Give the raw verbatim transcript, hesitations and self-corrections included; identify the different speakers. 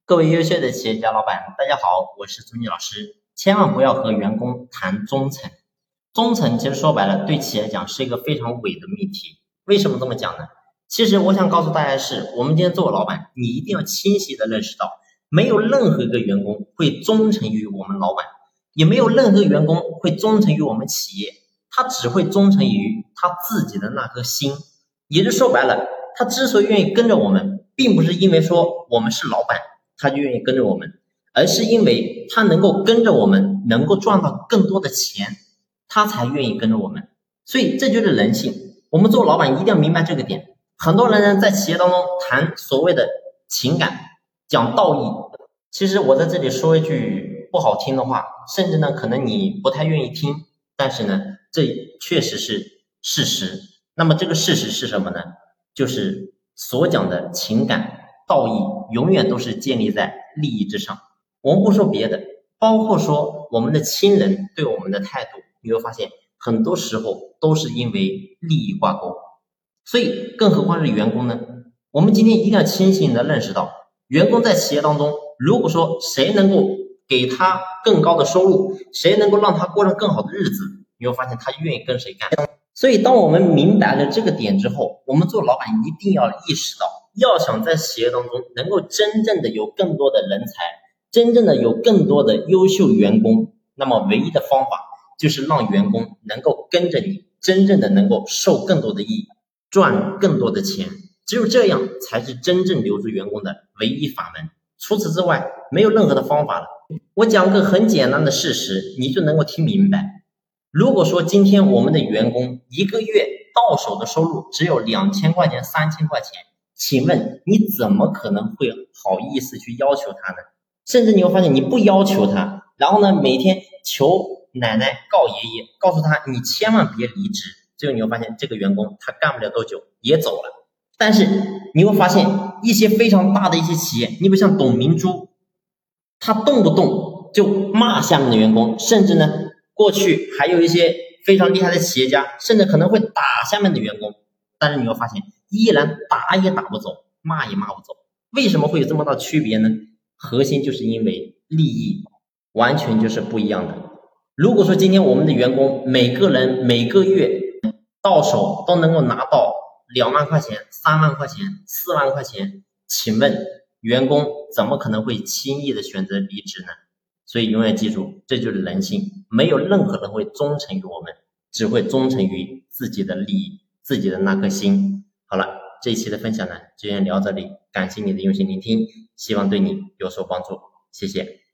Speaker 1: 各位优秀的企业家老板，大家好，我是朱妮老师。千万不要和员工谈忠诚。忠诚其实说白了，对企业来讲是一个非常伪的命题。为什么这么讲呢？其实我想告诉大家的是，我们今天作为老板，你一定要清晰的认识到，没有任何一个员工会忠诚于我们老板，也没有任何员工会忠诚于我们企业，他只会忠诚于他自己的那颗心。也就说白了，他之所以愿意跟着我们，并不是因为说我们是老板他就愿意跟着我们，而是因为他能够跟着我们，能够赚到更多的钱，他才愿意跟着我们。所以这就是人性，我们做老板一定要明白这个点。很多人呢在企业当中谈所谓的情感，讲道义，其实我在这里说一句不好听的话，甚至呢可能你不太愿意听，但是呢这确实是事实。那么这个事实是什么呢？就是所讲的情感道义永远都是建立在利益之上。我们不说别的，包括说我们的亲人对我们的态度，你会发现很多时候都是因为利益挂钩。所以更何况是员工呢？我们今天一定要清醒的认识到，员工在企业当中，如果说谁能够给他更高的收入，谁能够让他过上更好的日子，你会发现他愿意跟谁干。所以当我们明白了这个点之后，我们做老板一定要意识到，要想在企业当中能够真正的有更多的人才，真正的有更多的优秀员工，那么唯一的方法就是让员工能够跟着你，真正的能够受更多的益，赚更多的钱。只有这样才是真正留住员工的唯一法门，除此之外没有任何的方法了。我讲个很简单的事实，你就能够听明白。如果说今天我们的员工一个月到手的收入只有两千块钱、三千块钱，请问你怎么可能会好意思去要求他呢？甚至你会发现你不要求他，然后呢每天求奶奶告爷爷，告诉他你千万别离职，最后你会发现这个员工他干不了多久也走了。但是你会发现一些非常大的一些企业，你比如像董明珠，他动不动就骂下面的员工，甚至呢过去还有一些非常厉害的企业家，甚至可能会打下面的员工，但是你会发现依然打也打不走，骂也骂不走。为什么会有这么大区别呢？核心就是因为利益完全就是不一样的。如果说今天我们的员工每个人每个月到手都能够拿到两万块钱、三万块钱、四万块钱，请问员工怎么可能会轻易的选择离职呢？所以永远记住，这就是人性，没有任何人会忠诚于我们，只会忠诚于自己的利益，自己的那颗心。好了，这一期的分享呢就先聊这里，感谢你的用心聆听，希望对你有所帮助，谢谢。